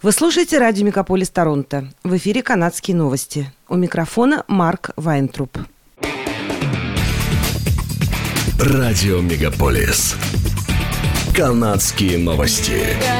Вы слушаете радио Мегаполис Торонто. В эфире канадские новости. У микрофона Марк Вайнтруп. Радио Мегаполис. Канадские новости.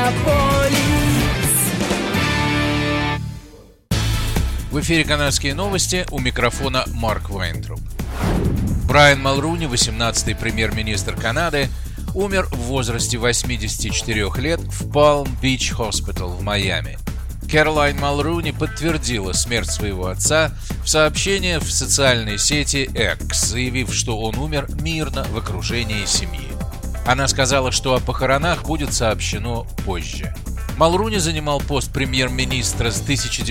В эфире канадские новости. У микрофона Марк Вайнтруп. Брайан Малруни, 18-й премьер-министр Канады, умер в возрасте 84 лет в Палм-Бич Хоспитал в Майами. Кэролайн Малруни подтвердила смерть своего отца в сообщении в социальной сети X, заявив, что он умер мирно в окружении семьи. Она сказала, что о похоронах будет сообщено позже. Малруни занимал пост премьер-министра с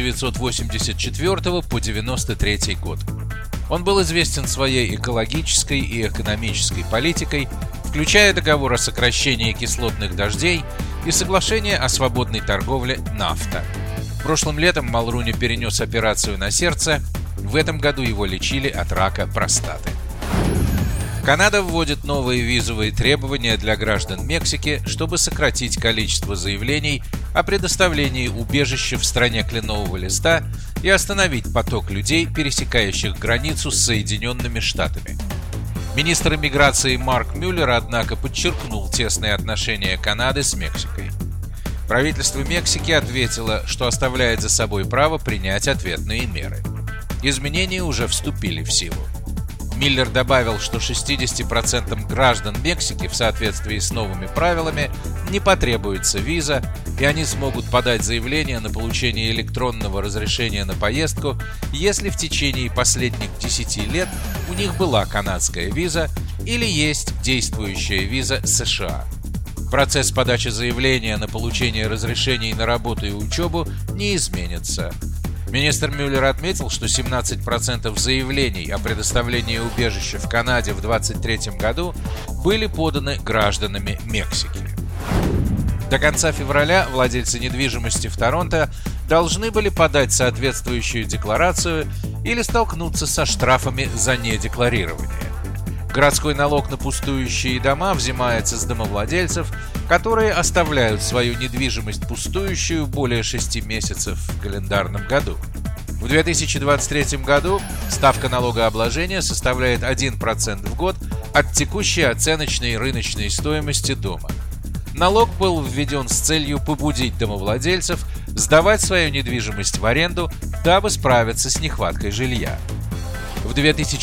1984 по 1993 год. Он был известен своей экологической и экономической политикой, включая договор о сокращении кислотных дождей и соглашение о свободной торговле NAFTA. Прошлым летом Малруни перенес операцию на сердце, в этом году его лечили от рака простаты. Канада вводит новые визовые требования для граждан Мексики, чтобы сократить количество заявлений о предоставлении убежища в стране кленового листа и остановить поток людей, пересекающих границу с Соединенными Штатами. Министр иммиграции Марк Мюллер, однако, подчеркнул тесные отношения Канады с Мексикой. Правительство Мексики ответило, что оставляет за собой право принять ответные меры. Изменения уже вступили в силу. Миллер добавил, что 60% граждан Мексики в соответствии с новыми правилами не потребуется виза, и они смогут подать заявление на получение электронного разрешения на поездку, если в течение последних 10 лет у них была канадская виза или есть действующая виза США. Процесс подачи заявления на получение разрешений на работу и учебу не изменится. Министр Мюллер отметил, что 17% заявлений о предоставлении убежища в Канаде в 2023 году были поданы гражданами Мексики. До конца февраля владельцы недвижимости в Торонто должны были подать соответствующую декларацию или столкнуться со штрафами за недекларирование. Городской налог на пустующие дома взимается с домовладельцев, которые оставляют свою недвижимость пустующую более 6 месяцев в календарном году. В 2023 году ставка налогообложения составляет 1% в год от текущей оценочной рыночной стоимости дома. Налог был введен с целью побудить домовладельцев сдавать свою недвижимость в аренду, дабы справиться с нехваткой жилья. В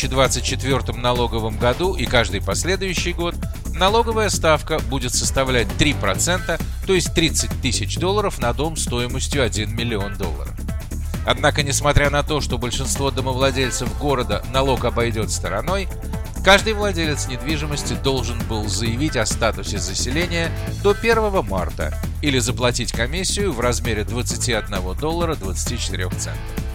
2024 налоговом году и каждый последующий год налоговая ставка будет составлять 3%, то есть $30 тысяч на дом стоимостью $1 миллион. Однако, несмотря на то, что большинство домовладельцев города налог обойдет стороной, каждый владелец недвижимости должен был заявить о статусе заселения до 1 марта или заплатить комиссию в размере $21.24.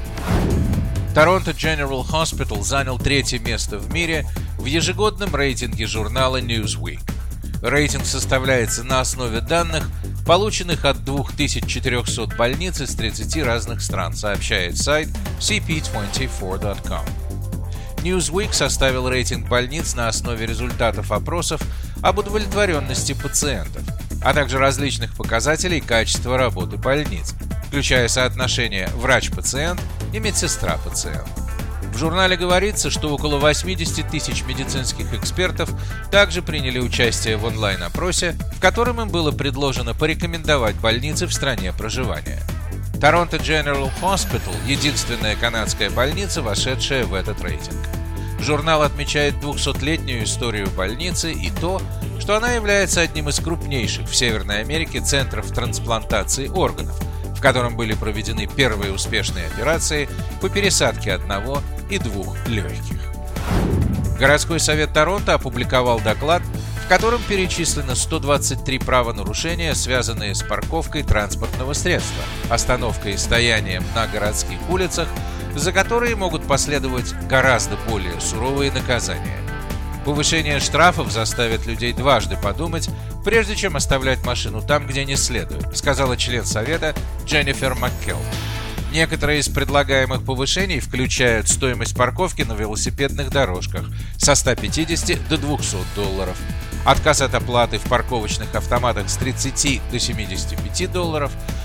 Toronto General Hospital занял 3-е место в мире в ежегодном рейтинге журнала Newsweek. Рейтинг составляется на основе данных, полученных от 2400 больниц из 30 разных стран, сообщает сайт cp24.com. Newsweek составил рейтинг больниц на основе результатов опросов об удовлетворенности пациентов, а также различных показателей качества работы больниц, включая соотношение врач-пациент и медсестра-пациент. В журнале говорится, что около 80 тысяч медицинских экспертов также приняли участие в онлайн-опросе, в котором им было предложено порекомендовать больницы в стране проживания. Toronto General Hospital – единственная канадская больница, вошедшая в этот рейтинг. Журнал отмечает 200-летнюю историю больницы и то, что она является одним из крупнейших в Северной Америке центров трансплантации органов, в котором были проведены первые успешные операции по пересадке одного и 2 легких. Городской совет Торонто опубликовал доклад, в котором перечислено 123 правонарушения, связанные с парковкой транспортного средства, остановкой и стоянием на городских улицах, за которые могут последовать гораздо более суровые наказания. Повышение штрафов заставит людей дважды подумать, прежде чем оставлять машину там, где не следует, сказала член совета Дженнифер Маккелл. Некоторые из предлагаемых повышений включают стоимость парковки на велосипедных дорожках со $150 до $200, отказ от оплаты в парковочных автоматах с $30 до $75,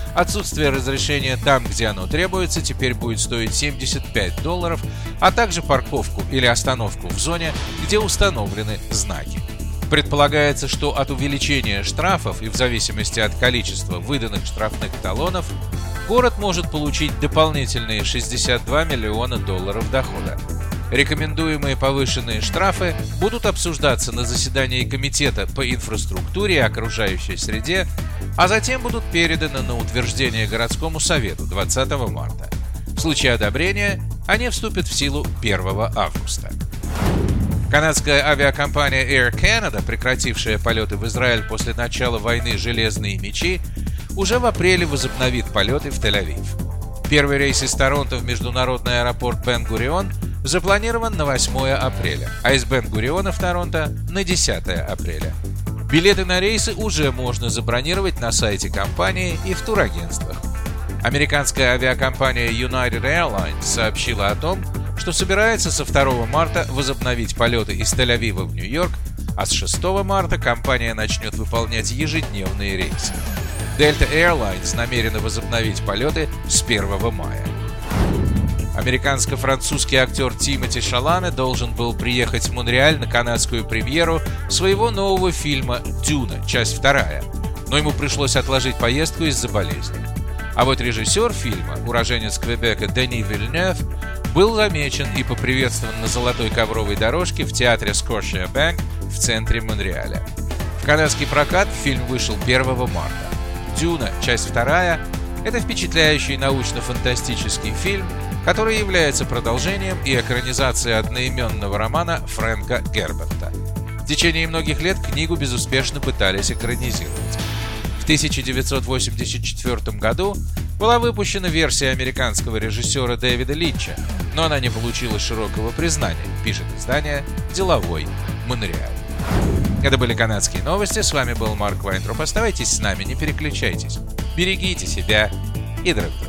Отсутствие разрешения там, где оно требуется, теперь будет стоить $75, а также парковку или остановку в зоне, где установлены знаки. Предполагается, что от увеличения штрафов и в зависимости от количества выданных штрафных талонов город может получить дополнительные $62 миллиона дохода. Рекомендуемые повышенные штрафы будут обсуждаться на заседании Комитета по инфраструктуре и окружающей среде, а затем будут переданы на утверждение городскому совету 20 марта. В случае одобрения они вступят в силу 1 августа. Канадская авиакомпания Air Canada, прекратившая полеты в Израиль после начала войны «Железные мечи», уже в апреле возобновит полеты в Тель-Авив. Первый рейс из Торонто в международный аэропорт Бен-Гурион запланирован на 8 апреля, а из Бен-Гуриона в Торонто на 10 апреля. Билеты на рейсы уже можно забронировать на сайте компании и в турагентствах. Американская авиакомпания United Airlines сообщила о том, что собирается со 2 марта возобновить полеты из Тель-Авива в Нью-Йорк, а с 6 марта компания начнет выполнять ежедневные рейсы. Delta Airlines намерена возобновить полеты с 1 мая. Американско-французский актер Тимоти Шаламе должен был приехать в Монреаль на канадскую премьеру своего нового фильма «Дюна. Часть 2», но ему пришлось отложить поездку из-за болезни. А вот режиссер фильма, уроженец Квебека Дени Вильнёв, был замечен и поприветствован на золотой ковровой дорожке в театре Scotiabank в центре Монреаля. В канадский прокат фильм вышел 1 марта. «Дюна. Часть 2» — это впечатляющий научно-фантастический фильм, который является продолжением и экранизацией одноименного романа Фрэнка Герберта. В течение многих лет книгу безуспешно пытались экранизировать. В 1984 году была выпущена версия американского режиссера Дэвида Линча, но она не получила широкого признания, пишет издание «Деловой Монреаль». Это были канадские новости, с вами был Марк Вайнтроп. Оставайтесь с нами, не переключайтесь. Берегите себя и друг друга.